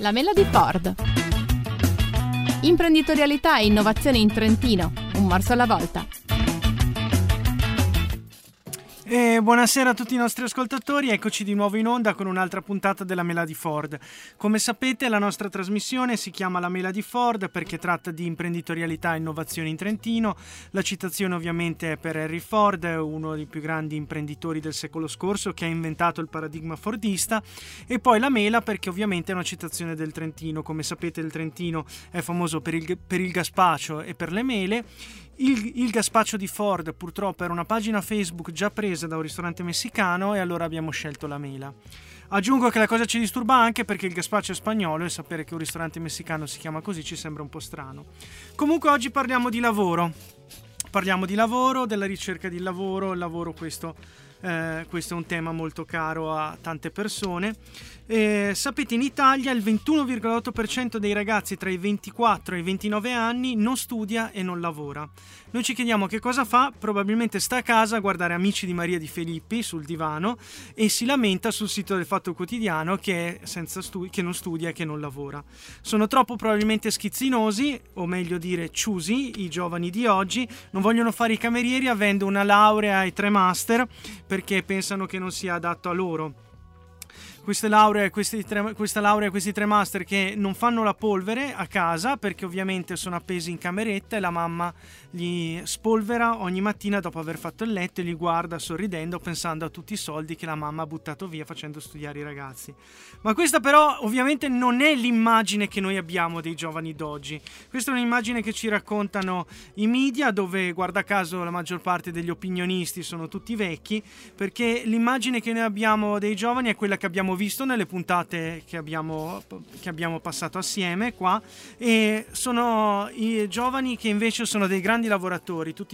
La mela di Ford. Imprenditorialità e innovazione in Trentino, un morso alla volta. Buonasera a tutti i nostri ascoltatori, eccoci di nuovo in onda con un'altra puntata della Mela di Ford. Come sapete, la nostra trasmissione si chiama La Mela di Ford perché tratta di imprenditorialità e innovazione in Trentino. La citazione ovviamente è per Henry Ford, uno dei più grandi imprenditori del secolo scorso che ha inventato il paradigma fordista, e poi la mela perché ovviamente è una citazione del Trentino. Come sapete, il Trentino è famoso per il gazpacho e per le mele. Il gazpacho di Ford purtroppo era una pagina Facebook già presa da un ristorante messicano e allora abbiamo scelto la mela. Aggiungo che la cosa ci disturba anche perché il gazpacho è spagnolo e sapere che un ristorante messicano si chiama così ci sembra un po' strano. Comunque oggi parliamo di lavoro. Parliamo di lavoro, della ricerca di lavoro. Il lavoro questo è un tema molto caro a tante persone. Sapete, in Italia il 21,8% dei ragazzi tra i 24 e i 29 anni non studia e non lavora. Noi ci chiediamo che cosa fa. Probabilmente sta a casa a guardare Amici di Maria Di Filippi sul divano e si lamenta sul sito del Fatto Quotidiano che non studia e che non lavora. Sono troppo probabilmente schizzinosi, o meglio dire ciusi, i giovani di oggi. Non vogliono fare i camerieri avendo una laurea e 3 master perché pensano che non sia adatto a loro. Questa laurea e questi 3 master che non fanno la polvere a casa perché ovviamente sono appesi in cameretta e la mamma li spolvera ogni mattina dopo aver fatto il letto e li guarda sorridendo pensando a tutti i soldi che la mamma ha buttato via facendo studiare i ragazzi. Ma questa però ovviamente non è l'immagine che noi abbiamo dei giovani d'oggi. Questa è un'immagine che ci raccontano i media, dove guarda caso la maggior parte degli opinionisti sono tutti vecchi, perché l'immagine che noi abbiamo dei giovani è quella che abbiamo visto nelle puntate che abbiamo passato assieme qua, e sono i giovani che invece sono dei grandi lavoratori. Tutti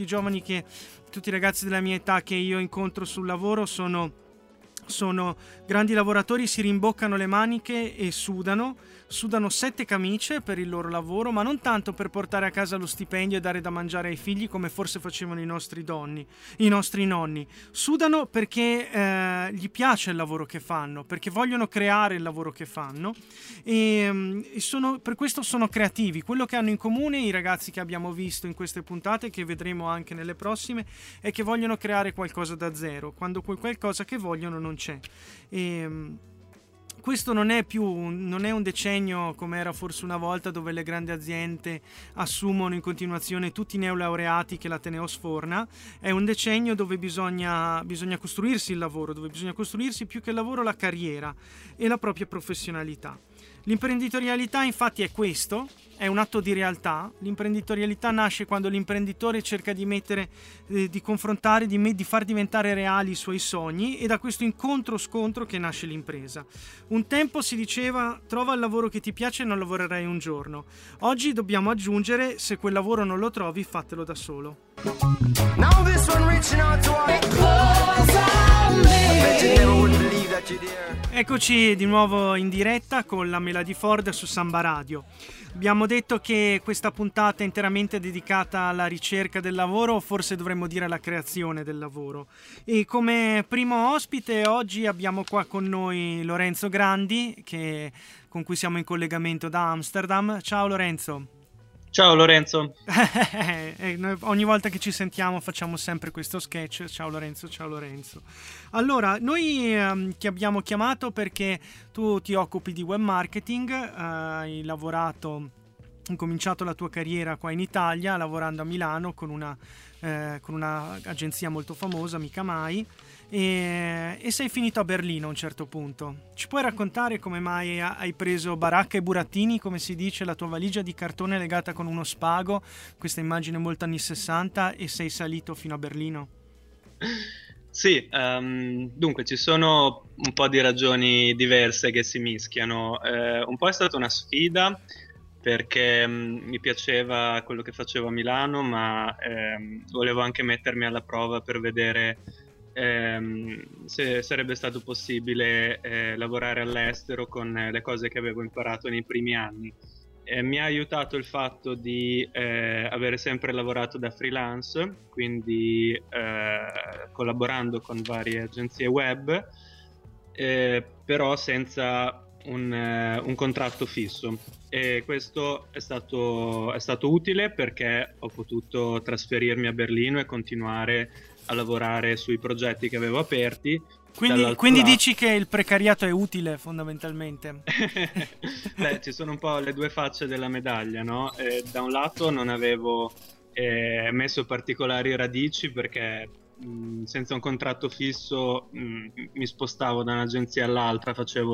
i ragazzi della mia età che io incontro sul lavoro sono grandi lavoratori, si rimboccano le maniche e sudano 7 camicie per il loro lavoro, ma non tanto per portare a casa lo stipendio e dare da mangiare ai figli come forse facevano i nostri nonni. Sudano perché gli piace il lavoro che fanno, perché vogliono creare il lavoro che fanno e per questo sono creativi. Quello che hanno in comune i ragazzi che abbiamo visto in queste puntate, che vedremo anche nelle prossime, è che vogliono creare qualcosa da zero, quando quel qualcosa che vogliono non c'è. Questo non è un decennio come era forse una volta, dove le grandi aziende assumono in continuazione tutti i neolaureati che l'Ateneo sforna. È un decennio dove bisogna costruirsi il lavoro, dove bisogna costruirsi più che il lavoro la carriera e la propria professionalità. L'imprenditorialità infatti è questo, è un atto di realtà. L'imprenditorialità nasce quando l'imprenditore cerca di confrontare, di far diventare reali i suoi sogni, e da questo incontro-scontro che nasce l'impresa. Un tempo si diceva: trova il lavoro che ti piace e non lavorerai un giorno. Oggi dobbiamo aggiungere: se quel lavoro non lo trovi, fatelo da solo. Now this one reaching out to Eccoci di nuovo in diretta con la Mela di Ford su Samba Radio. Abbiamo detto che questa puntata è interamente dedicata alla ricerca del lavoro, o forse dovremmo dire alla creazione del lavoro. E come primo ospite oggi abbiamo qua con noi Lorenzo Grandi, con cui siamo in collegamento da Amsterdam. Ciao Lorenzo. Ciao Lorenzo. Noi ogni volta che ci sentiamo facciamo sempre questo sketch. Ciao Lorenzo, ciao Lorenzo. Allora, noi ti abbiamo chiamato perché tu ti occupi di web marketing, hai cominciato la tua carriera qua in Italia lavorando a Milano con una agenzia molto famosa, Mica Mai, e sei finito a Berlino a un certo punto. Ci puoi raccontare come mai hai preso baracca e burattini, come si dice, la tua valigia di cartone legata con uno spago, questa immagine molto anni 60, e sei salito fino a Berlino? Sì, dunque ci sono un po' di ragioni diverse che si mischiano. Un po' è stata una sfida perché mi piaceva quello che facevo a Milano, ma volevo anche mettermi alla prova per vedere se sarebbe stato possibile lavorare all'estero con le cose che avevo imparato nei primi anni. Mi ha aiutato il fatto di avere sempre lavorato da freelance, quindi collaborando con varie agenzie web, però senza un contratto fisso, e questo è stato utile perché ho potuto trasferirmi a Berlino e continuare a lavorare sui progetti che avevo aperti. Quindi dici che il precariato è utile fondamentalmente? Beh, ci sono un po' le due facce della medaglia, no? Da un lato non avevo messo particolari radici perché senza un contratto fisso mi spostavo da un'agenzia all'altra,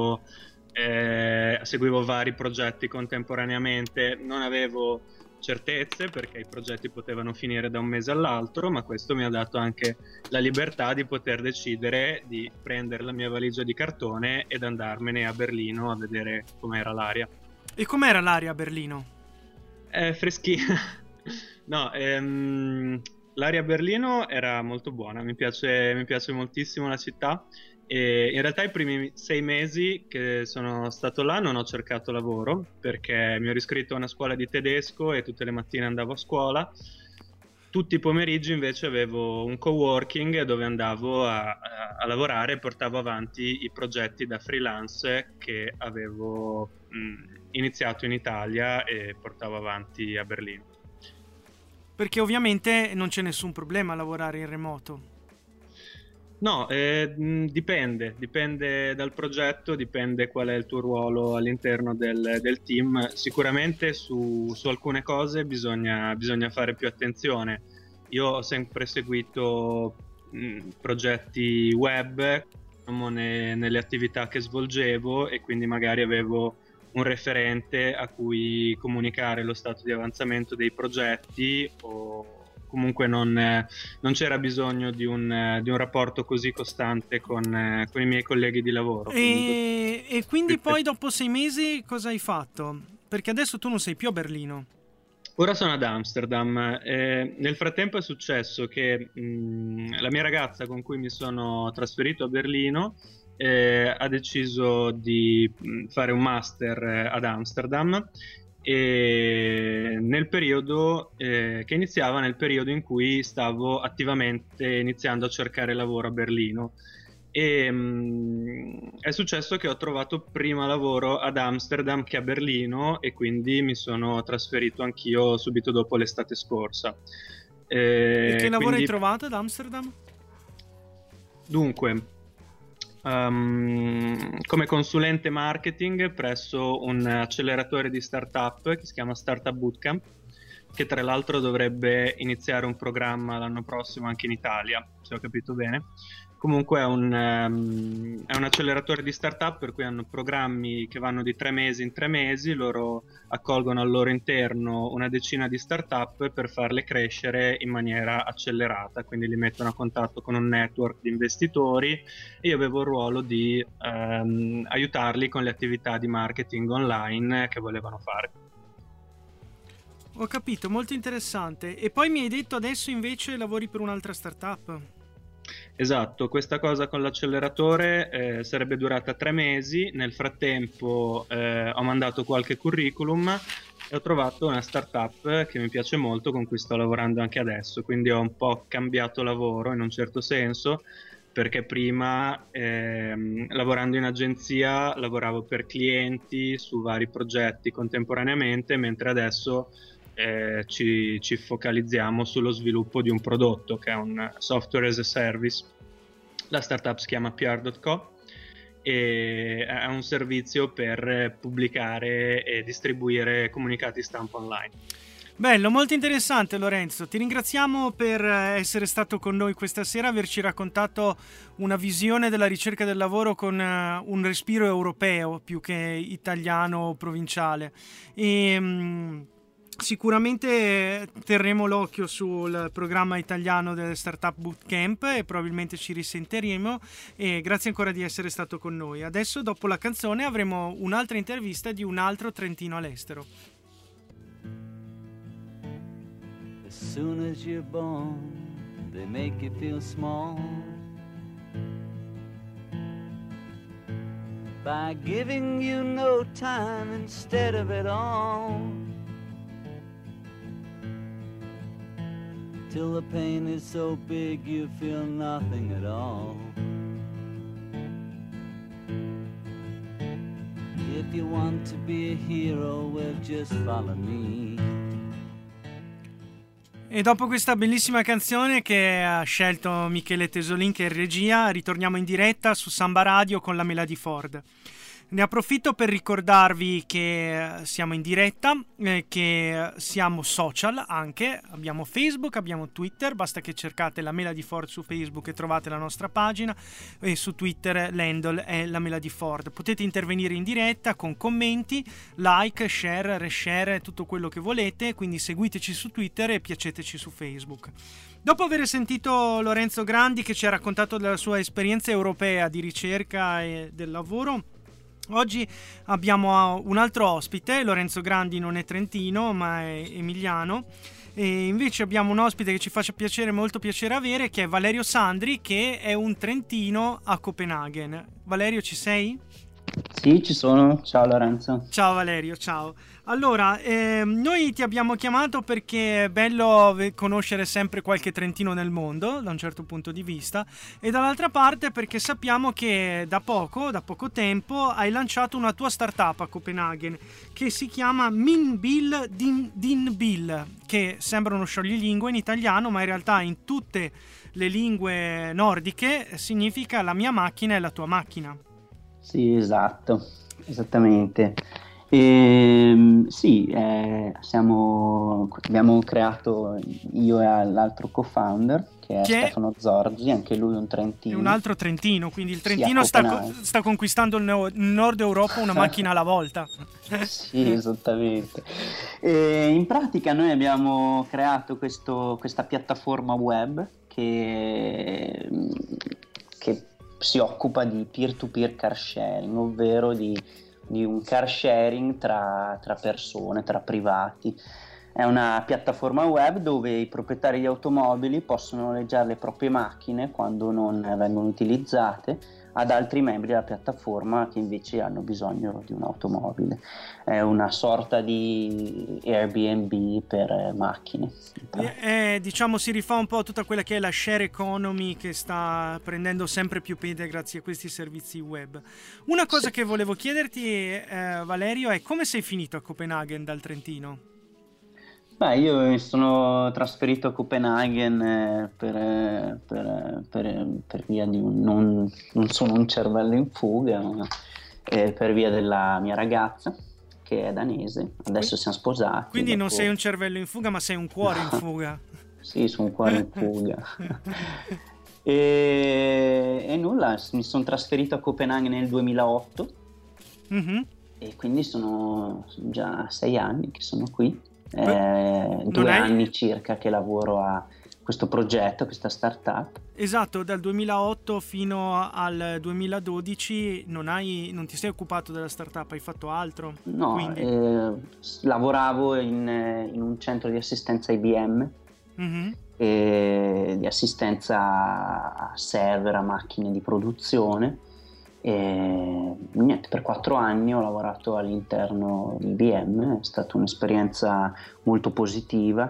seguivo vari progetti contemporaneamente, non avevo certezze perché i progetti potevano finire da un mese all'altro, ma questo mi ha dato anche la libertà di poter decidere di prendere la mia valigia di cartone ed andarmene a Berlino a vedere com'era l'aria. E com'era l'aria a Berlino? Freschina. No, l'aria a Berlino era molto buona, mi piace moltissimo la città. E in realtà i primi 6 mesi che sono stato là non ho cercato lavoro perché mi ho iscritto a una scuola di tedesco e tutte le mattine andavo a scuola. Tutti i pomeriggi invece avevo un coworking dove andavo a lavorare e portavo avanti i progetti da freelance che avevo iniziato in Italia e portavo avanti a Berlino. Perché ovviamente non c'è nessun problema a lavorare in remoto. No, dipende dal progetto, dipende qual è il tuo ruolo all'interno del team. Sicuramente su alcune cose bisogna fare più attenzione. Io ho sempre seguito progetti web nelle attività che svolgevo e quindi magari avevo un referente a cui comunicare lo stato di avanzamento dei progetti, o comunque non c'era bisogno di un rapporto così costante con i miei colleghi di lavoro. E quindi poi dopo 6 mesi cosa hai fatto? Perché adesso tu non sei più a Berlino. Ora sono ad Amsterdam. Nel frattempo è successo che la mia ragazza con cui mi sono trasferito a Berlino ha deciso di fare un master ad Amsterdam, e nel periodo che iniziava nel periodo in cui stavo attivamente iniziando a cercare lavoro a Berlino, e è successo che ho trovato prima lavoro ad Amsterdam che a Berlino, e quindi mi sono trasferito anch'io subito dopo l'estate scorsa. E che lavoro hai trovato ad Amsterdam? Dunque, come consulente marketing presso un acceleratore di startup che si chiama Startup Bootcamp, che tra l'altro dovrebbe iniziare un programma l'anno prossimo anche in Italia, se ho capito bene. Comunque è un acceleratore di startup per cui hanno programmi che vanno di 3 mesi in 3 mesi, loro accolgono al loro interno una decina di startup per farle crescere in maniera accelerata, quindi li mettono a contatto con un network di investitori, e io avevo il ruolo di aiutarli con le attività di marketing online che volevano fare. Ho capito, molto interessante. E poi mi hai detto adesso invece lavori per un'altra startup. Esatto, questa cosa con l'acceleratore sarebbe durata 3 mesi. Nel frattempo ho mandato qualche curriculum e ho trovato una startup che mi piace molto, con cui sto lavorando anche adesso, quindi ho un po' cambiato lavoro in un certo senso, perché prima lavorando in agenzia lavoravo per clienti su vari progetti contemporaneamente, mentre adesso ci focalizziamo sullo sviluppo di un prodotto che è un software as a service. La startup si chiama PR.co e è un servizio per pubblicare e distribuire comunicati stampa online. Bello, molto interessante Lorenzo, ti ringraziamo per essere stato con noi questa sera, averci raccontato una visione della ricerca del lavoro con un respiro europeo più che italiano o provinciale. Sicuramente terremo l'occhio sul programma italiano del Startup Bootcamp e probabilmente ci risentiremo, e grazie ancora di essere stato con noi. Adesso, dopo la canzone, avremo un'altra intervista di un altro trentino all'estero. As soon as you're born, they make you feel small by giving you no time instead of it all. Till the pain is so big you feel nothing at all. If you want to be a hero, well, just follow me. E dopo questa bellissima canzone che ha scelto Michele Tesolin, che è in regia, ritorniamo in diretta su Samba Radio con la Mela di Ford. Ne approfitto per ricordarvi che siamo in diretta, che siamo social anche, abbiamo Facebook, abbiamo Twitter, basta che cercate la Mela di Ford su Facebook e trovate la nostra pagina, e su Twitter l'handle è la Mela di Ford. Potete intervenire in diretta con commenti, like, share, reshare, tutto quello che volete, quindi seguiteci su Twitter e piaceteci su Facebook. Dopo aver sentito Lorenzo Grandi che ci ha raccontato della sua esperienza europea di ricerca e del lavoro, oggi abbiamo un altro ospite. Lorenzo Grandi non è trentino ma è emiliano, e invece abbiamo un ospite che ci faccia molto piacere avere, che è Valerio Sandri, che è un trentino a Copenaghen. Valerio, ci sei? Sì, ci sono. Ciao Lorenzo. Ciao Valerio, ciao. Allora, noi ti abbiamo chiamato perché è bello conoscere sempre qualche trentino nel mondo, da un certo punto di vista, e dall'altra parte perché sappiamo che da poco tempo, hai lanciato una tua startup a Copenaghen che si chiama Minbil Din Bil, che sembra uno scioglilingue in italiano, ma in realtà in tutte le lingue nordiche significa la mia macchina è la tua macchina. Sì, esatto, esattamente. Sì, abbiamo creato io e l'altro co-founder, che è Stefano Zorzi, anche lui un trentino. È un altro trentino, quindi il trentino sta conquistando il Nord Europa una macchina alla volta. Sì, esattamente. In pratica noi abbiamo creato questa piattaforma web che si occupa di peer-to-peer car sharing, ovvero di un car sharing tra persone, tra privati. È una piattaforma web dove i proprietari di automobili possono noleggiare le proprie macchine quando non vengono utilizzate ad altri membri della piattaforma che invece hanno bisogno di un'automobile. È una sorta di Airbnb per macchine. Diciamo si rifà un po' a tutta quella che è la share economy che sta prendendo sempre più piede grazie a questi servizi web. Una cosa che volevo chiederti, Valerio, è come sei finito a Copenaghen dal Trentino? Beh, io mi sono trasferito a Copenaghen per via di non sono un cervello in fuga, ma per via della mia ragazza, che è danese. Adesso siamo sposati. Quindi non sei un cervello in fuga, ma sei un cuore in fuga. Sì, sono un cuore in fuga. E nulla, mi sono trasferito a Copenaghen nel 2008. Mm-hmm. E quindi sono già 6 anni che sono qui. 2 anni circa che lavoro a questo progetto, questa startup. Esatto, dal 2008 fino al 2012 non ti sei occupato della startup, hai fatto altro? No, lavoravo in un centro di assistenza IBM, mm-hmm. Di assistenza a server, a macchine di produzione. E niente, per 4 anni ho lavorato all'interno di IBM, è stata un'esperienza molto positiva.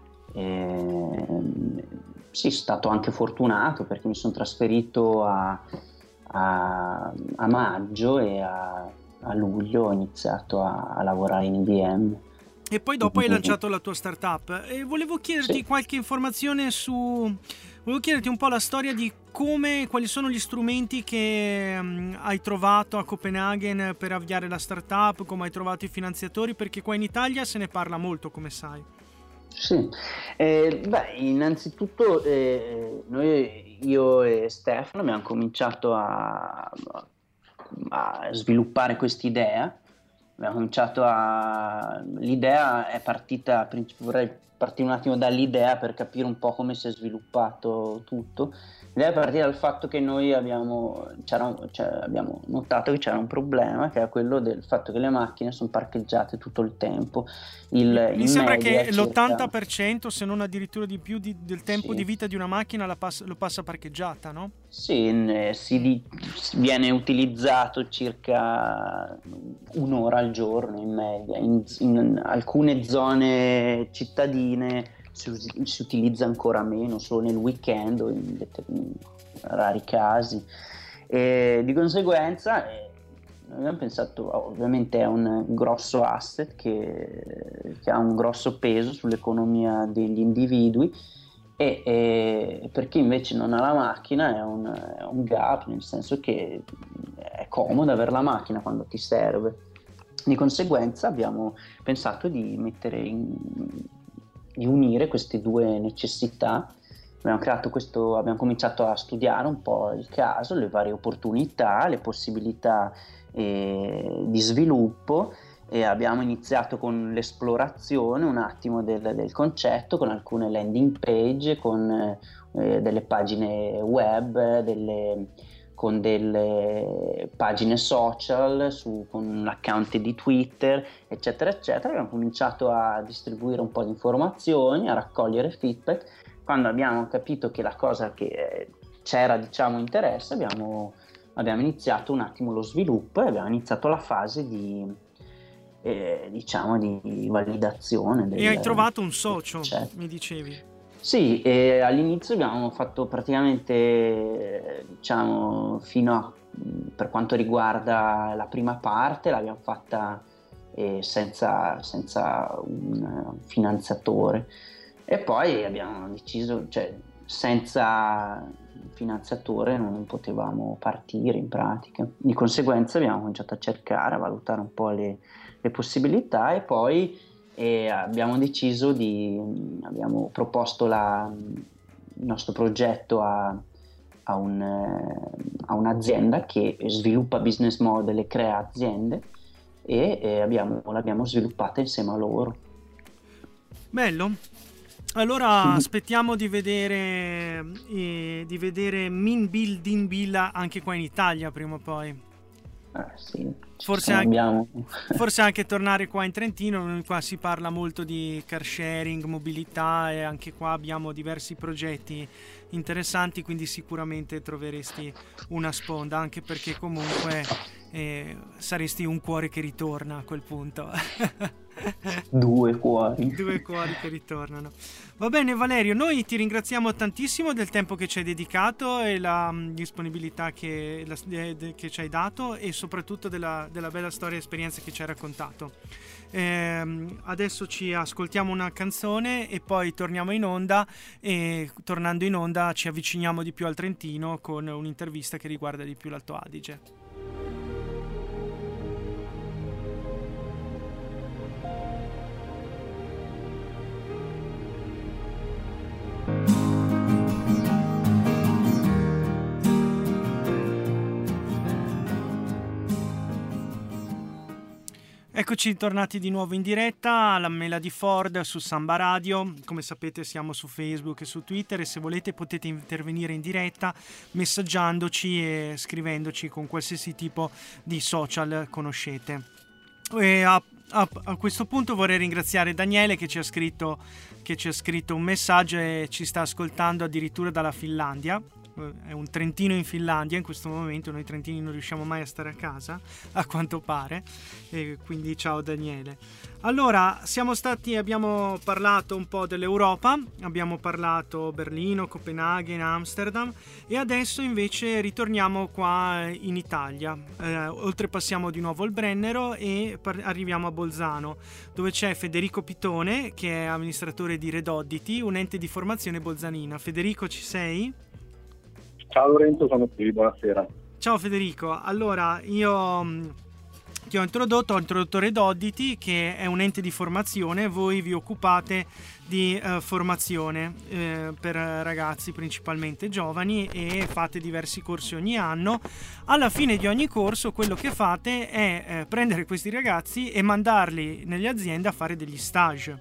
Sì, sono stato anche fortunato perché mi sono trasferito a maggio e a luglio ho iniziato a lavorare in IBM. E poi dopo hai lanciato la tua startup e volevo chiederti qualche informazione volevo chiederti un po' la storia di quali sono gli strumenti che hai trovato a Copenaghen per avviare la startup, come hai trovato i finanziatori, perché qua in Italia se ne parla molto, come sai. Sì, innanzitutto io e Stefano abbiamo cominciato a sviluppare quest'idea. L'idea è partita, vorrei partire un attimo dall'idea per capire un po' come si è sviluppato tutto. L'idea è partita dal fatto che noi abbiamo notato che c'era un problema, che era quello del fatto che le macchine sono parcheggiate tutto il tempo. Mi sembra che l'80%, se non addirittura di più, del tempo di vita di una macchina lo passa parcheggiata, no? Sì, viene utilizzato circa 1 ora al giorno in media. In alcune zone cittadine si utilizza ancora meno, solo nel weekend o in rari casi. E di conseguenza abbiamo pensato, ovviamente è un grosso asset che ha un grosso peso sull'economia degli individui, e per chi invece non ha la macchina è un gap, nel senso che è comodo avere la macchina quando ti serve. Di conseguenza abbiamo pensato di di unire queste due necessità. Abbiamo cominciato a studiare un po' il caso, le varie opportunità, le possibilità di sviluppo, e abbiamo iniziato con l'esplorazione un attimo del concetto, con alcune landing page, con delle pagine web, con delle pagine social, con l'account di Twitter, eccetera eccetera. Abbiamo cominciato a distribuire un po' di informazioni, a raccogliere feedback. Quando abbiamo capito che la cosa che c'era, diciamo, interesse, abbiamo iniziato un attimo lo sviluppo e abbiamo iniziato la fase di validazione e hai trovato un socio, mi dicevi? Sì, e all'inizio abbiamo fatto praticamente, diciamo, per quanto riguarda la prima parte, l'abbiamo fatta senza un finanziatore, e poi abbiamo deciso, cioè senza finanziatore non potevamo partire in pratica. Di conseguenza abbiamo cominciato a cercare, a valutare un po' le possibilità, e poi abbiamo proposto il nostro progetto a un'azienda che sviluppa business model e crea aziende, e l'abbiamo sviluppata insieme a loro. Bello. Allora aspettiamo di vedere Min Building Bill anche qua in Italia prima o poi. Sì, forse anche tornare qua in Trentino. Noi qua si parla molto di car sharing, mobilità, e anche qua abbiamo diversi progetti interessanti, quindi sicuramente troveresti una sponda, anche perché comunque saresti un cuore che ritorna a quel punto. Due cuori che ritornano. Va bene Valerio, noi ti ringraziamo tantissimo del tempo che ci hai dedicato e la disponibilità che ci hai dato, e soprattutto della bella storia e esperienza che ci hai raccontato. Adesso ci ascoltiamo una canzone e poi torniamo in onda, e tornando in onda ci avviciniamo di più al Trentino con un'intervista che riguarda di più l'Alto Adige. Eccoci tornati di nuovo in diretta alla Mela di Ford su Samba Radio. Come sapete siamo su Facebook e su Twitter, e se volete potete intervenire in diretta messaggiandoci e scrivendoci con qualsiasi tipo di social conoscete. E a questo punto vorrei ringraziare Daniele che ci ha scritto un messaggio e ci sta ascoltando addirittura dalla Finlandia. È un trentino in Finlandia in questo momento. Noi trentini non riusciamo mai a stare a casa, a quanto pare, e quindi ciao Daniele. Allora abbiamo parlato un po' dell'Europa, abbiamo parlato Berlino, Copenaghen, Amsterdam, e adesso invece ritorniamo qua in Italia. Oltrepassiamo di nuovo il Brennero e arriviamo a Bolzano, dove c'è Federico Pitone, che è amministratore di Redoddity, un ente di formazione bolzanina. Federico, ci sei? Ciao Lorenzo, sono qui, buonasera. Ciao Federico, allora io ti ho introdotto Redoddity, che è un ente di formazione. Voi vi occupate di formazione per ragazzi principalmente giovani, e fate diversi corsi ogni anno. Alla fine di ogni corso quello che fate è prendere questi ragazzi e mandarli nelle aziende a fare degli stage.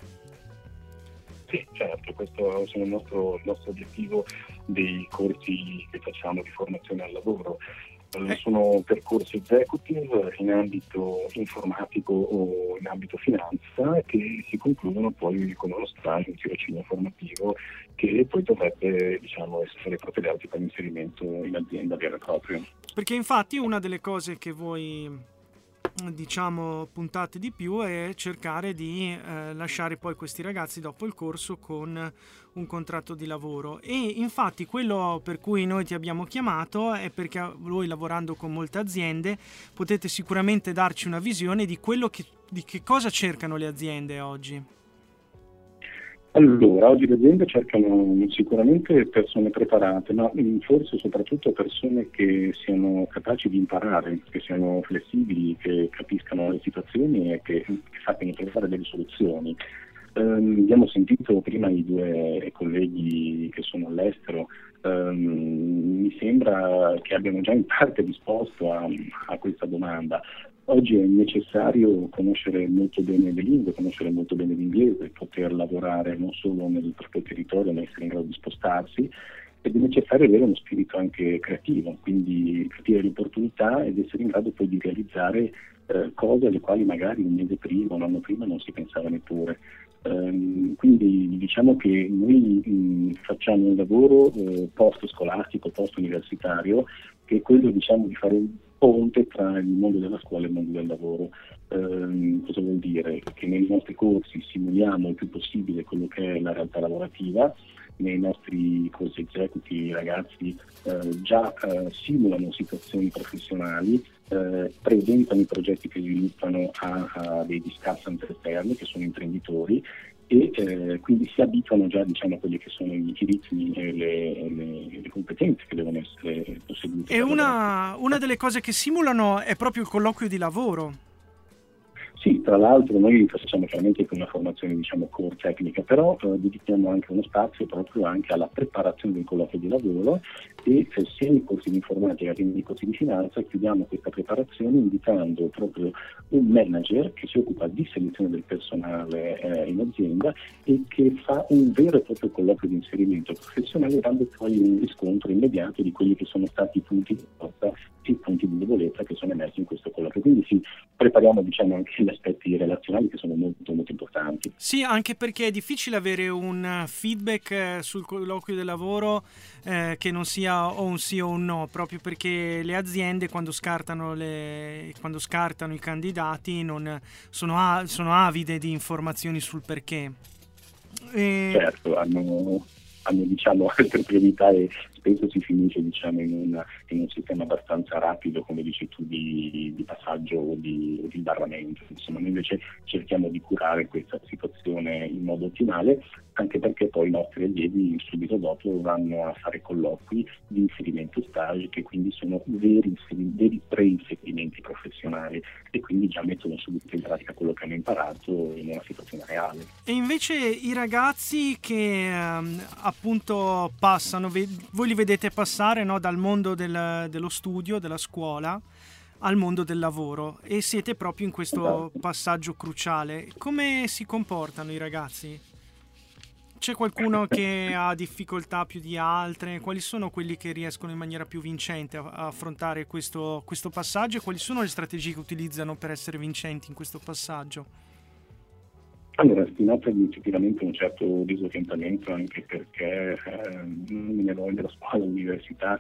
Sì, certo, questo è il nostro obiettivo dei corsi che facciamo di formazione al lavoro. Sono percorsi executive in ambito informatico o in ambito finanza, che si concludono poi con uno stage, un tirocinio formativo che poi dovrebbe, essere preparato per l'inserimento in azienda vero e proprio. Perché infatti una delle cose che voi diciamo puntate di più e cercare di lasciare poi questi ragazzi dopo il corso con un contratto di lavoro. E infatti quello per cui noi ti abbiamo chiamato è perché voi, lavorando con molte aziende, potete sicuramente darci una visione di di che cosa cercano le aziende oggi. Allora, oggi le aziende cercano sicuramente persone preparate, ma forse soprattutto persone che siano capaci di imparare, che siano flessibili, che capiscano le situazioni e che sappiano trovare delle soluzioni. Abbiamo sentito prima i due colleghi che sono all'estero, mi sembra che abbiano già in parte risposto a questa domanda. Oggi è necessario conoscere molto bene le lingue, conoscere molto bene l'inglese, poter lavorare non solo nel proprio territorio, ma essere in grado di spostarsi, ed è necessario avere uno spirito anche creativo, quindi capire le opportunità ed essere in grado poi di realizzare cose alle quali magari un mese prima, un anno prima non si pensava neppure. Quindi diciamo che noi facciamo un lavoro post scolastico, post universitario, che è quello, diciamo, di fare un ponte tra il mondo della scuola e il mondo del lavoro. Cosa vuol dire? Che nei nostri corsi simuliamo il più possibile quello che è la realtà lavorativa. Nei nostri corsi executive i ragazzi già simulano situazioni professionali, presentano i progetti che sviluppano a dei discussant esterni che sono imprenditori, e quindi si abituano già, diciamo, a quelli che sono i ritmi e le competenze che devono essere possedute. E una delle cose che simulano è proprio il colloquio di lavoro. Sì, tra l'altro noi facciamo chiaramente una formazione, diciamo, core tecnica, però dedichiamo anche uno spazio proprio anche alla preparazione del colloquio di lavoro, e sia nei corsi di informatica che nei corsi di finanza chiudiamo questa preparazione invitando proprio un manager che si occupa di selezione del personale in azienda e che fa un vero e proprio colloquio di inserimento professionale, dando poi un riscontro immediato di quelli che sono stati i punti di forza e i punti di debolezza che sono emersi in questo colloquio. Quindi sì, prepariamo, diciamo, anche gli aspetti relazionali che sono molto molto importanti. Sì, anche perché è difficile avere un feedback sul colloquio del lavoro che non sia o un sì o un no, proprio perché le aziende quando scartano i candidati sono avide di informazioni sul perché. Certo, hanno diciamo altre priorità e spesso si finisce, diciamo, in un sistema abbastanza rapido, come dici tu, di passaggio o di sbarramento. Insomma, noi invece cerchiamo di curare questa situazione in modo ottimale, anche perché poi i nostri allievi subito dopo vanno a fare colloqui di inserimento stage, che quindi sono veri pre-inserimenti professionali, e quindi già mettono subito in pratica quello che hanno imparato in una situazione reale. E invece i ragazzi che appunto passano, voi li vedete passare, no, dal mondo dello studio, della scuola, al mondo del lavoro, e siete proprio in questo passaggio cruciale. Come si comportano i ragazzi? C'è qualcuno che ha difficoltà più di altre? Quali sono quelli che riescono in maniera più vincente a affrontare questo passaggio, e quali sono le strategie che utilizzano per essere vincenti in questo passaggio? Allora, si nota sicuramente un certo disorientamento, anche perché nella scuola, all'università,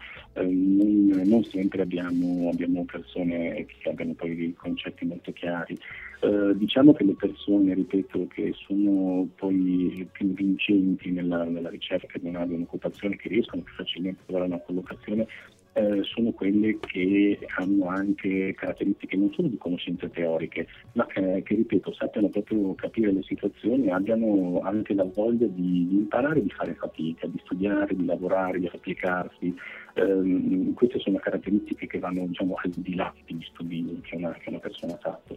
non sempre abbiamo persone che abbiano poi dei concetti molto chiari. Diciamo che le persone, ripeto, che sono poi più vincenti nella ricerca di un'occupazione, che riescono più facilmente a trovare una collocazione, sono quelle che hanno anche caratteristiche non solo di conoscenze teoriche, ma che ripeto, sappiano proprio capire le situazioni, abbiano anche la voglia di imparare, di fare fatica, di studiare, di lavorare, di applicarsi. Queste sono caratteristiche che vanno, diciamo, al di là degli studi che una persona ha fatto.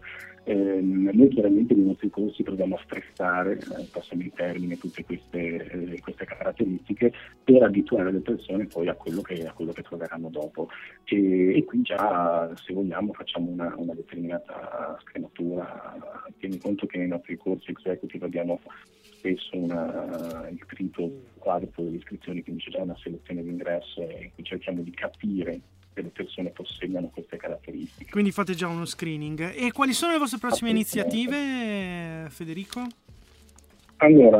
Noi chiaramente nei nostri corsi proviamo a stressare, passando il termine, tutte queste caratteristiche, per abituare le persone poi a quello che troveranno dopo, e qui già, se vogliamo, facciamo una determinata scrematura. Tieni conto che nei nostri corsi executive abbiamo spesso il quinto quarto delle iscrizioni, quindi c'è già una selezione d'ingresso, e qui cerchiamo di capire che le persone possedono queste caratteristiche. Quindi fate già uno screening. E quali sono le vostre prossime iniziative, Federico? Allora,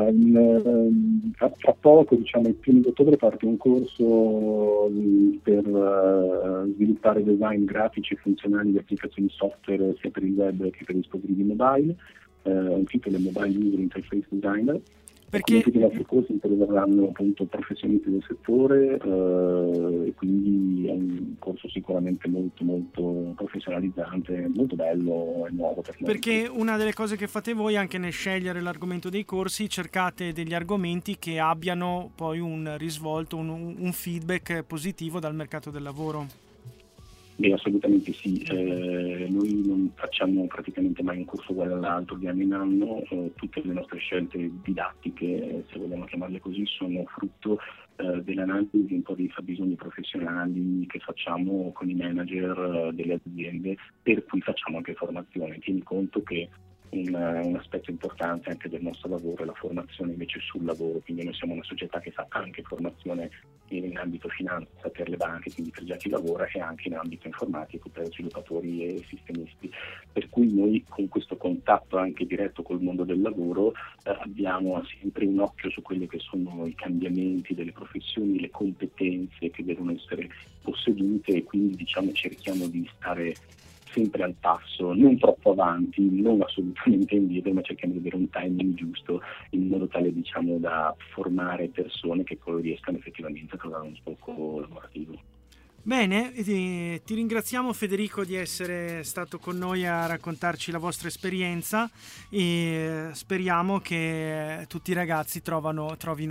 tra poco, diciamo il 1° di ottobre, parte un corso per sviluppare design grafici e funzionali di applicazioni software sia per il web che per i dispositivi mobile. Un titolo è Mobile User Interface Designer. Perché Tutti i nostri corsi interverranno appunto professionisti del settore, e quindi è un corso sicuramente molto molto professionalizzante, molto bello e nuovo per noi. Perché una delle cose che fate voi anche nel scegliere l'argomento dei corsi, cercate degli argomenti che abbiano poi un risvolto, un feedback positivo dal mercato del lavoro. Beh, assolutamente sì, noi non facciamo praticamente mai un corso uguale all'altro di anno in anno, tutte le nostre scelte didattiche, se vogliamo chiamarle così, sono frutto dell'analisi un po' dei fabbisogni professionali che facciamo con i manager delle aziende, per cui facciamo anche formazione. Tieni conto che un aspetto importante anche del nostro lavoro è la formazione invece sul lavoro, quindi noi siamo una società che fa anche formazione in ambito finanza per le banche, quindi per già chi lavora, e anche in ambito informatico per sviluppatori e sistemisti, per cui noi con questo contatto anche diretto col mondo del lavoro abbiamo sempre un occhio su quelli che sono i cambiamenti delle professioni, le competenze che devono essere possedute, e quindi diciamo cerchiamo di stare sempre al passo, non troppo avanti, non assolutamente indietro, ma cerchiamo di avere un timing giusto in modo tale, diciamo, da formare persone che poi riescano effettivamente a trovare uno sbocco lavorativo. Bene, ti ringraziamo Federico di essere stato con noi a raccontarci la vostra esperienza, e speriamo che tutti i ragazzi trovino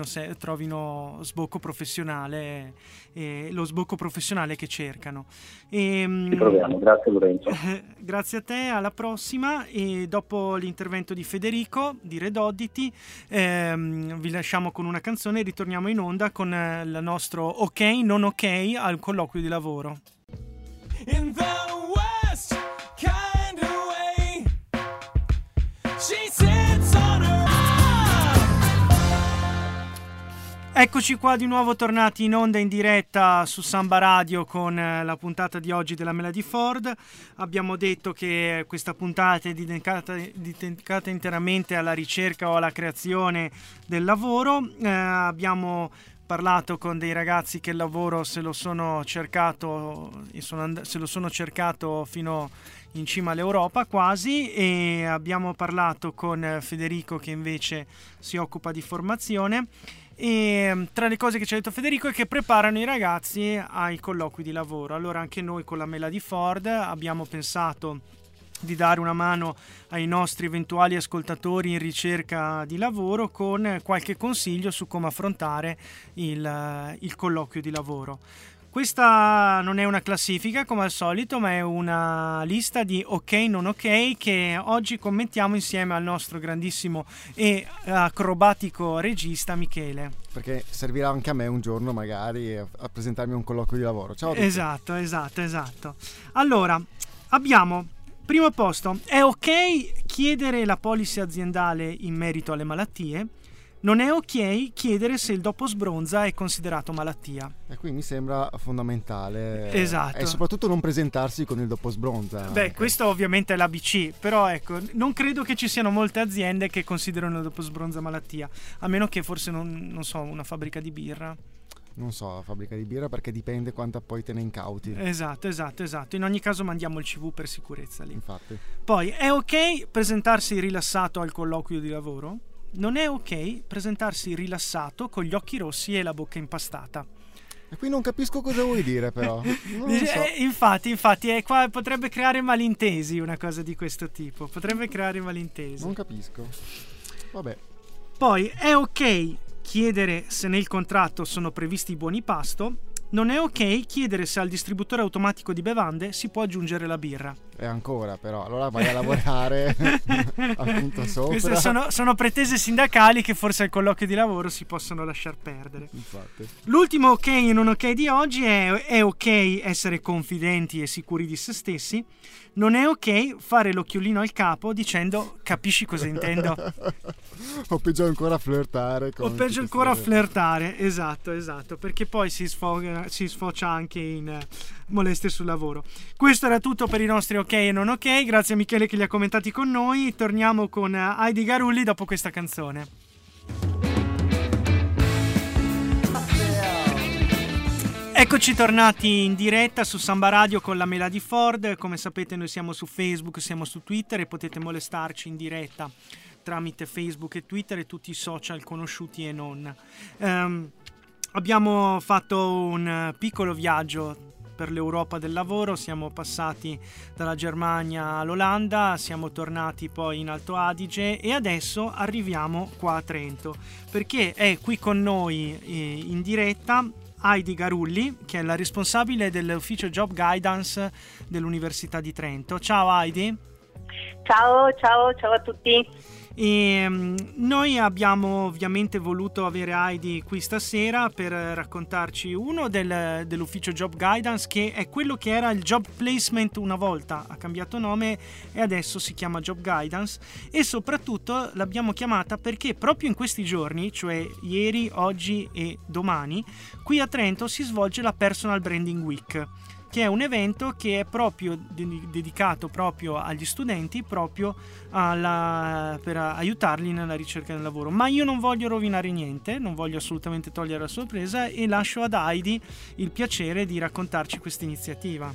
sbocco professionale, lo sbocco professionale che cercano. Ci proviamo, grazie Lorenzo. Grazie a te, alla prossima. E dopo l'intervento di Federico di Redoddity vi lasciamo con una canzone e ritorniamo in onda con il nostro ok, non ok al colloquio di lavoro. In the West kind of way, she sits on her. Eccoci qua di nuovo tornati in onda in diretta su Samba Radio con la puntata di oggi della Melody Ford. Abbiamo detto che questa puntata è dedicata interamente alla ricerca o alla creazione del lavoro. Abbiamo parlato con dei ragazzi che il lavoro se lo sono cercato fino in cima all'Europa quasi, e abbiamo parlato con Federico che invece si occupa di formazione, e tra le cose che ci ha detto Federico è che preparano i ragazzi ai colloqui di lavoro. Allora anche noi con la Melody Ford abbiamo pensato di dare una mano ai nostri eventuali ascoltatori in ricerca di lavoro con qualche consiglio su come affrontare il colloquio di lavoro. Questa non è una classifica come al solito, ma è una lista di ok non ok che oggi commentiamo insieme al nostro grandissimo e acrobatico regista Michele. Perché servirà anche a me un giorno magari a presentarmi a un colloquio di lavoro. Ciao a tutti. Esatto. Allora, abbiamo primo posto, è ok chiedere la policy aziendale in merito alle malattie, non è ok chiedere se il dopo sbronza è considerato malattia. E qui mi sembra fondamentale. Esatto. E soprattutto non presentarsi con il dopo sbronza. Beh, questo ovviamente è l'ABC, però ecco, non credo che ci siano molte aziende che considerano il dopo sbronza malattia, a meno che forse non so, una fabbrica di birra. Non so, fabbrica di birra, perché dipende quanta poi te ne incauti. Esatto. In ogni caso mandiamo il CV per sicurezza lì. Infatti. Poi, è ok presentarsi rilassato al colloquio di lavoro? Non è ok presentarsi rilassato con gli occhi rossi e la bocca impastata. E qui non capisco cosa vuoi dire, però. Non lo so. Infatti, qua potrebbe creare malintesi una cosa di questo tipo. Non capisco. Vabbè. Poi, è ok chiedere se nel contratto sono previsti i buoni pasto. Non è ok chiedere se al distributore automatico di bevande si può aggiungere la birra. E ancora però, allora vai a lavorare appunto sopra. Queste sono pretese sindacali che forse al colloquio di lavoro si possono lasciar perdere. Infatti. L'ultimo ok e non ok di oggi è ok essere confidenti e sicuri di se stessi. Non è ok fare l'occhiolino al capo dicendo capisci cosa intendo? O peggio ancora flirtare. Esatto, perché poi si sfocia anche in molestie sul lavoro. Questo era tutto per i nostri ok e non ok. Grazie a Michele che li ha commentati con noi. Torniamo con Heidi Garulli dopo questa canzone. Eccoci tornati in diretta su Samba Radio con la Mela di Ford. Come sapete noi siamo su Facebook, siamo su Twitter e potete molestarci in diretta tramite Facebook e Twitter e tutti i social conosciuti e non. Abbiamo fatto un piccolo viaggio per l'Europa del lavoro, siamo passati dalla Germania all'Olanda, siamo tornati poi in Alto Adige e adesso arriviamo qua a Trento, perché è qui con noi in diretta Heidi Garulli, che è la responsabile dell'ufficio Job Guidance dell'Università di Trento. Ciao Heidi. Ciao a tutti. E noi abbiamo ovviamente voluto avere Heidi qui stasera per raccontarci uno dell'ufficio Job Guidance, che è quello che era il Job Placement una volta, ha cambiato nome e adesso si chiama Job Guidance, e soprattutto l'abbiamo chiamata perché proprio in questi giorni, cioè ieri, oggi e domani, qui a Trento si svolge la Personal Branding Week, che è un evento che è proprio dedicato proprio agli studenti, proprio per aiutarli nella ricerca del lavoro. Ma io non voglio rovinare niente, non voglio assolutamente togliere la sorpresa e lascio ad Heidi il piacere di raccontarci questa iniziativa.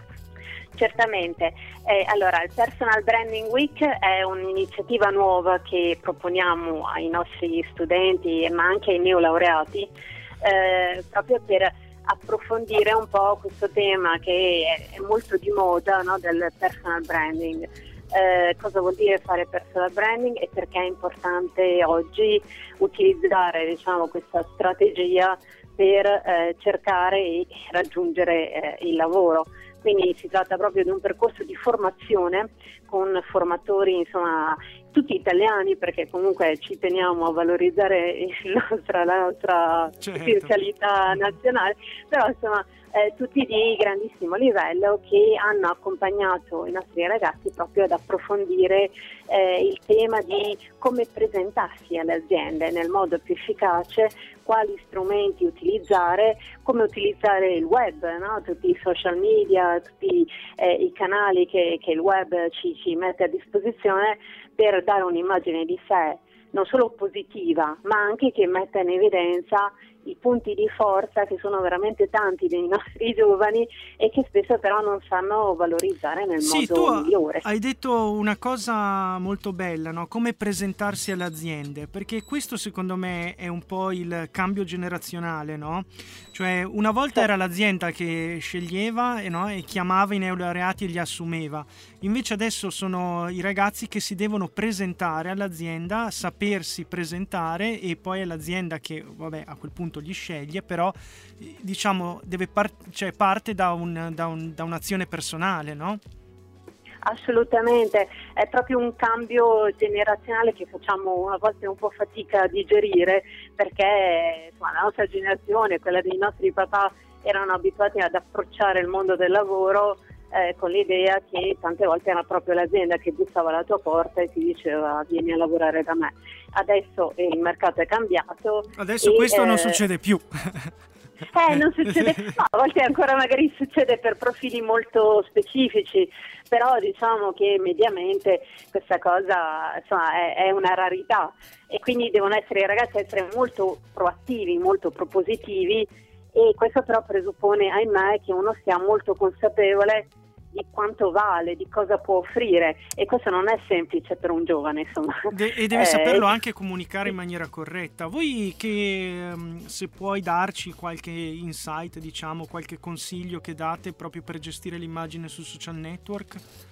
Certamente. Allora, il Personal Branding Week è un'iniziativa nuova che proponiamo ai nostri studenti, ma anche ai neolaureati, proprio per approfondire un po' questo tema che è molto di moda, no, del personal branding. Cosa vuol dire fare personal branding e perché è importante oggi utilizzare, diciamo, questa strategia per cercare e raggiungere il lavoro. Quindi si tratta proprio di un percorso di formazione con formatori, insomma, tutti italiani, perché comunque ci teniamo a valorizzare la nostra specialità nazionale, però insomma tutti di grandissimo livello che hanno accompagnato i nostri ragazzi proprio ad approfondire il tema di come presentarsi alle aziende nel modo più efficace, quali strumenti utilizzare, come utilizzare il web, no? Tutti i social media, tutti i canali che il web ci mette a disposizione per dare un'immagine di sé non solo positiva, ma anche che metta in evidenza i punti di forza che sono veramente tanti dei nostri giovani e che spesso però non sanno valorizzare nel modo migliore. Hai detto una cosa molto bella, no? Come presentarsi alle aziende, perché questo secondo me è un po' il cambio generazionale, no? Cioè una volta era l'azienda che sceglieva e chiamava i neolaureati e li assumeva, invece adesso sono i ragazzi che si devono presentare all'azienda, sapersi presentare, e poi è l'azienda che a quel punto li sceglie, però diciamo parte da un'azione personale, no? Assolutamente, è proprio un cambio generazionale che facciamo a volte un po' fatica a digerire, perché la nostra generazione, quella dei nostri papà, erano abituati ad approcciare il mondo del lavoro con l'idea che tante volte era proprio l'azienda che bussava alla tua porta e ti diceva vieni a lavorare da me. Adesso il mercato è cambiato. Adesso questo non succede più. Non succede, no, a volte ancora magari succede per profili molto specifici, però diciamo che mediamente questa cosa è una rarità, e quindi devono essere i ragazzi essere molto proattivi, molto propositivi, e questo però presuppone, ahimè, che uno sia molto consapevole di quanto vale, di cosa può offrire, e questo non è semplice per un giovane, insomma. E deve saperlo anche comunicare in maniera corretta. Voi se puoi darci qualche insight, diciamo, qualche consiglio che date proprio per gestire l'immagine sui social network?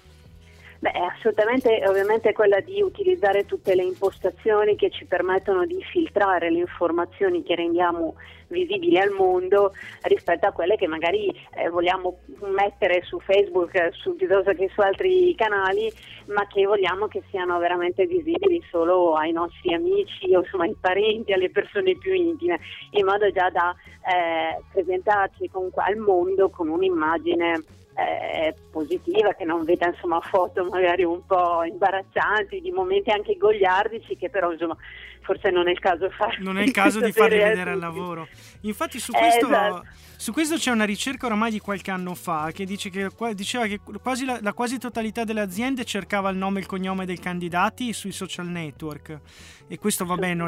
Assolutamente, ovviamente quella di utilizzare tutte le impostazioni che ci permettono di filtrare le informazioni che rendiamo visibili al mondo rispetto a quelle che magari vogliamo mettere su Facebook piuttosto che su altri canali, ma che vogliamo che siano veramente visibili solo ai nostri amici o insomma ai parenti, alle persone più intime, in modo già da presentarci comunque al mondo con un'immagine positiva, che non veda insomma foto magari un po' imbarazzanti, di momenti anche goliardici, che però insomma forse non è il caso di farli vedere al lavoro. Infatti su questo, esatto. Su questo c'è una ricerca oramai di qualche anno fa che diceva che quasi la quasi totalità delle aziende cercava il nome e il cognome dei candidati sui social network, e questo vabbè non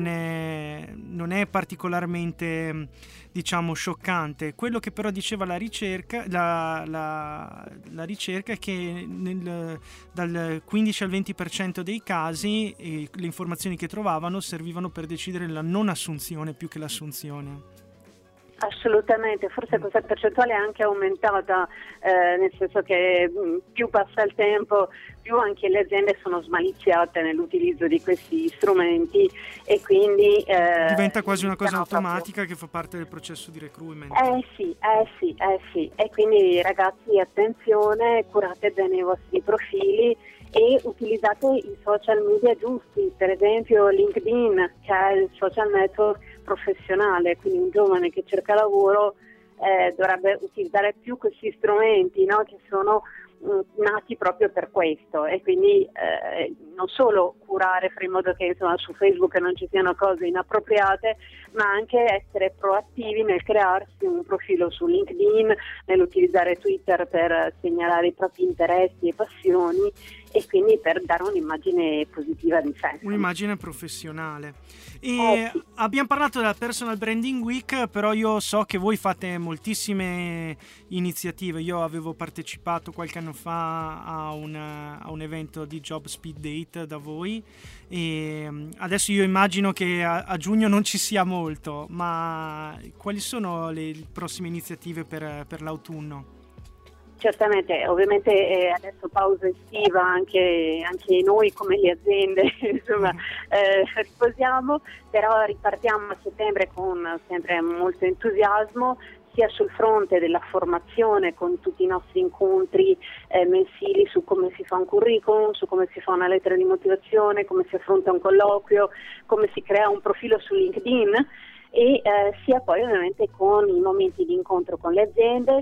è particolarmente, diciamo, scioccante. Quello che però diceva la ricerca la ricerca è che dal 15 al 20% dei casi le informazioni che trovavano servivano per decidere la non assunzione più che l'assunzione. Assolutamente, forse questa percentuale è anche aumentata, nel senso che più passa il tempo, più anche le aziende sono smaliziate nell'utilizzo di questi strumenti, e quindi diventa quasi una cosa automatica che fa parte del processo di recruitment. Sì, e quindi ragazzi, attenzione, curate bene i vostri profili e utilizzate i social media giusti, per esempio LinkedIn, che è il social network professionale, quindi un giovane che cerca lavoro dovrebbe utilizzare più questi strumenti, no? Che sono nati proprio per questo, e quindi non solo curare, fare in modo che insomma su Facebook non ci siano cose inappropriate, ma anche essere proattivi nel crearsi un profilo su LinkedIn, nell'utilizzare Twitter per segnalare i propri interessi e passioni, e quindi per dare un'immagine positiva di sé. Un'immagine professionale. E sì. Abbiamo parlato della Personal Branding Week, però io so che voi fate moltissime iniziative. Io avevo partecipato qualche anno fa a un evento di Job Speed Date da voi, e adesso io immagino che a giugno non ci sia molto, ma quali sono le prossime iniziative per l'autunno? Certamente, ovviamente adesso pausa estiva, anche noi come le aziende insomma riposiamo, però ripartiamo a settembre con sempre molto entusiasmo, sia sul fronte della formazione con tutti i nostri incontri mensili su come si fa un curriculum, su come si fa una lettera di motivazione, come si affronta un colloquio, come si crea un profilo su LinkedIn, e sia poi ovviamente con i momenti di incontro con le aziende,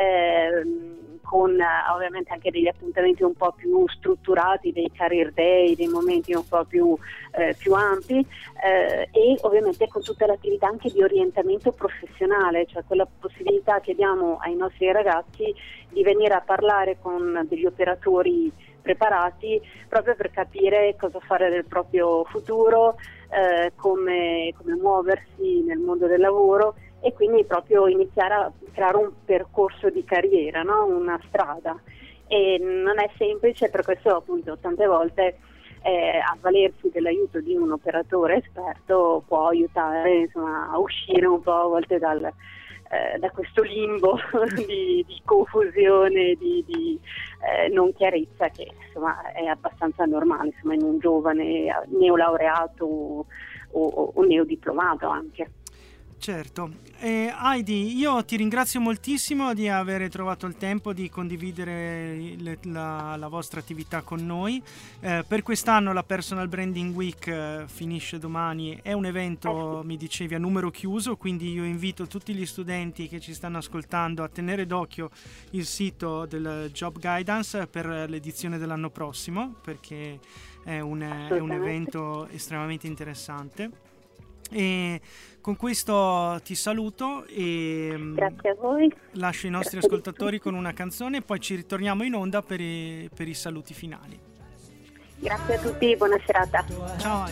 con ovviamente anche degli appuntamenti un po' più strutturati, dei career day, dei momenti un po' più ampi, e ovviamente con tutta l'attività anche di orientamento professionale, cioè quella possibilità che diamo ai nostri ragazzi di venire a parlare con degli operatori preparati proprio per capire cosa fare del proprio futuro, come muoversi nel mondo del lavoro, e quindi proprio iniziare a creare un percorso di carriera, no? Una strada. E non è semplice, per questo appunto tante volte avvalersi dell'aiuto di un operatore esperto può aiutare insomma a uscire un po' a volte da questo limbo di confusione, di non chiarezza, che insomma è abbastanza normale insomma in un giovane neolaureato o neodiplomato anche. Certo. Heidi, io ti ringrazio moltissimo di aver trovato il tempo di condividere la vostra attività con noi. Per quest'anno la Personal Branding Week finisce domani, è un evento, mi dicevi, a numero chiuso, quindi io invito tutti gli studenti che ci stanno ascoltando a tenere d'occhio il sito del Job Guidance per l'edizione dell'anno prossimo, perché è un evento estremamente interessante. E con questo ti saluto e grazie a voi. Lascio i nostri ascoltatori con una canzone e poi ci ritorniamo in onda per i saluti finali. Grazie a tutti, buona serata. Ciao.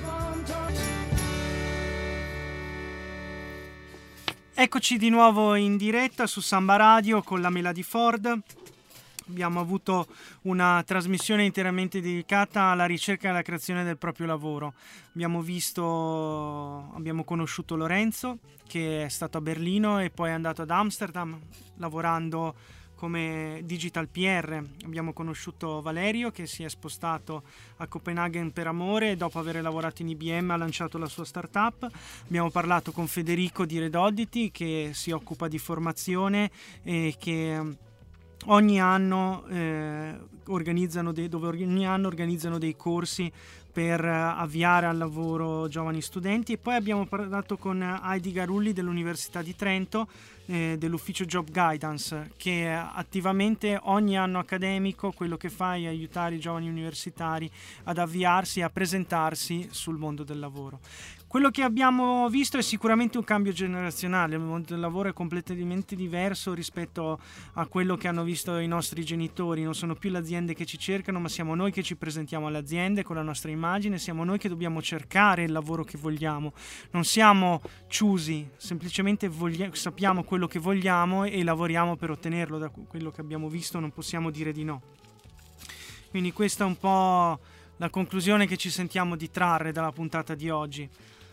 Eccoci di nuovo in diretta su Samba Radio con la Mela di Ford. Abbiamo avuto una trasmissione interamente dedicata alla ricerca e alla creazione del proprio lavoro. Abbiamo conosciuto Lorenzo, che è stato a Berlino e poi è andato ad Amsterdam lavorando come digital PR. Abbiamo conosciuto Valerio, che si è spostato a Copenaghen per amore e dopo aver lavorato in IBM ha lanciato la sua startup. Abbiamo parlato con Federico di Redoddity, che si occupa di formazione e che ogni anno organizzano dei corsi per avviare al lavoro giovani studenti. E poi abbiamo parlato con Heidi Garulli dell'Università di Trento, dell'ufficio Job Guidance, che attivamente ogni anno accademico quello che fa è aiutare i giovani universitari ad avviarsi e a presentarsi sul mondo del lavoro. Quello che abbiamo visto è sicuramente un cambio generazionale. Il mondo del lavoro è completamente diverso rispetto a quello che hanno visto i nostri genitori. Non sono più le aziende che ci cercano, ma siamo noi che ci presentiamo alle aziende con la nostra immagine, siamo noi che dobbiamo cercare il lavoro che vogliamo. Non siamo choosy, semplicemente sappiamo quello che vogliamo e lavoriamo per ottenerlo. Da quello che abbiamo visto non possiamo dire di no. Quindi questa è un po' la conclusione che ci sentiamo di trarre dalla puntata di oggi.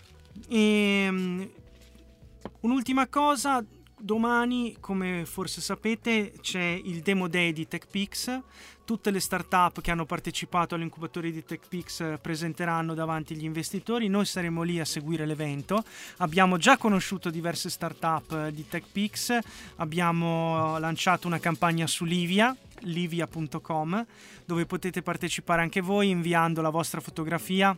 Un'ultima cosa, domani, come forse sapete, c'è il Demo Day di TechPix. Tutte le start-up che hanno partecipato all'incubatore di TechPix presenteranno davanti agli investitori. Noi saremo lì a seguire l'evento. Abbiamo già conosciuto diverse start-up di TechPix. Abbiamo lanciato una campagna su livia.com, dove potete partecipare anche voi inviando la vostra fotografia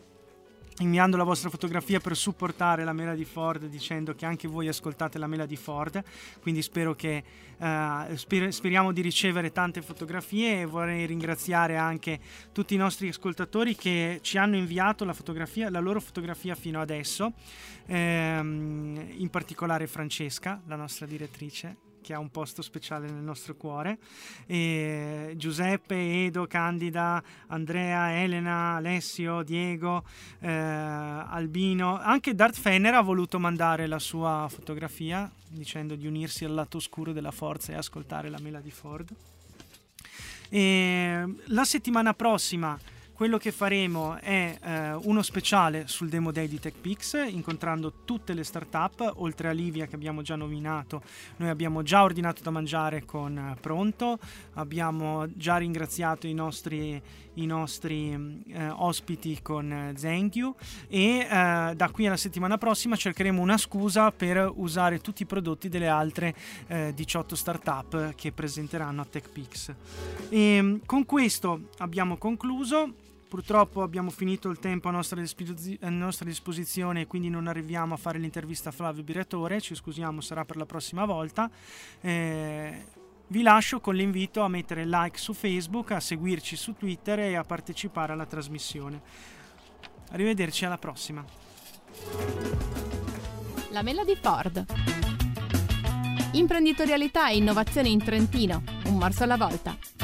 per supportare la Mela di Ford, dicendo che anche voi ascoltate la Mela di Ford. Quindi speriamo di ricevere tante fotografie, e vorrei ringraziare anche tutti i nostri ascoltatori che ci hanno inviato la loro fotografia fino adesso, in particolare Francesca, la nostra direttrice, che ha un posto speciale nel nostro cuore, e Giuseppe, Edo, Candida, Andrea, Elena, Alessio, Diego, Albino. Anche Darth Fenner ha voluto mandare la sua fotografia dicendo di unirsi al lato oscuro della forza e ascoltare la Mela di Ford. E la settimana prossima quello che faremo è uno speciale sul Demo Day di TechPix, incontrando tutte le startup. Oltre a Livia, che abbiamo già nominato, noi abbiamo già ordinato da mangiare con Pronto, abbiamo già ringraziato i nostri ospiti con Thank You, e da qui alla settimana prossima cercheremo una scusa per usare tutti i prodotti delle altre 18 startup che presenteranno a TechPix. E con questo abbiamo concluso. Purtroppo abbiamo finito il tempo a nostra disposizione e quindi non arriviamo a fare l'intervista a Flavio Biratore. Ci scusiamo, sarà per la prossima volta. Vi lascio con l'invito a mettere like su Facebook, a seguirci su Twitter e a partecipare alla trasmissione. Arrivederci, alla prossima. La Mela di Ford. Imprenditorialità e innovazione in Trentino, un morso alla volta.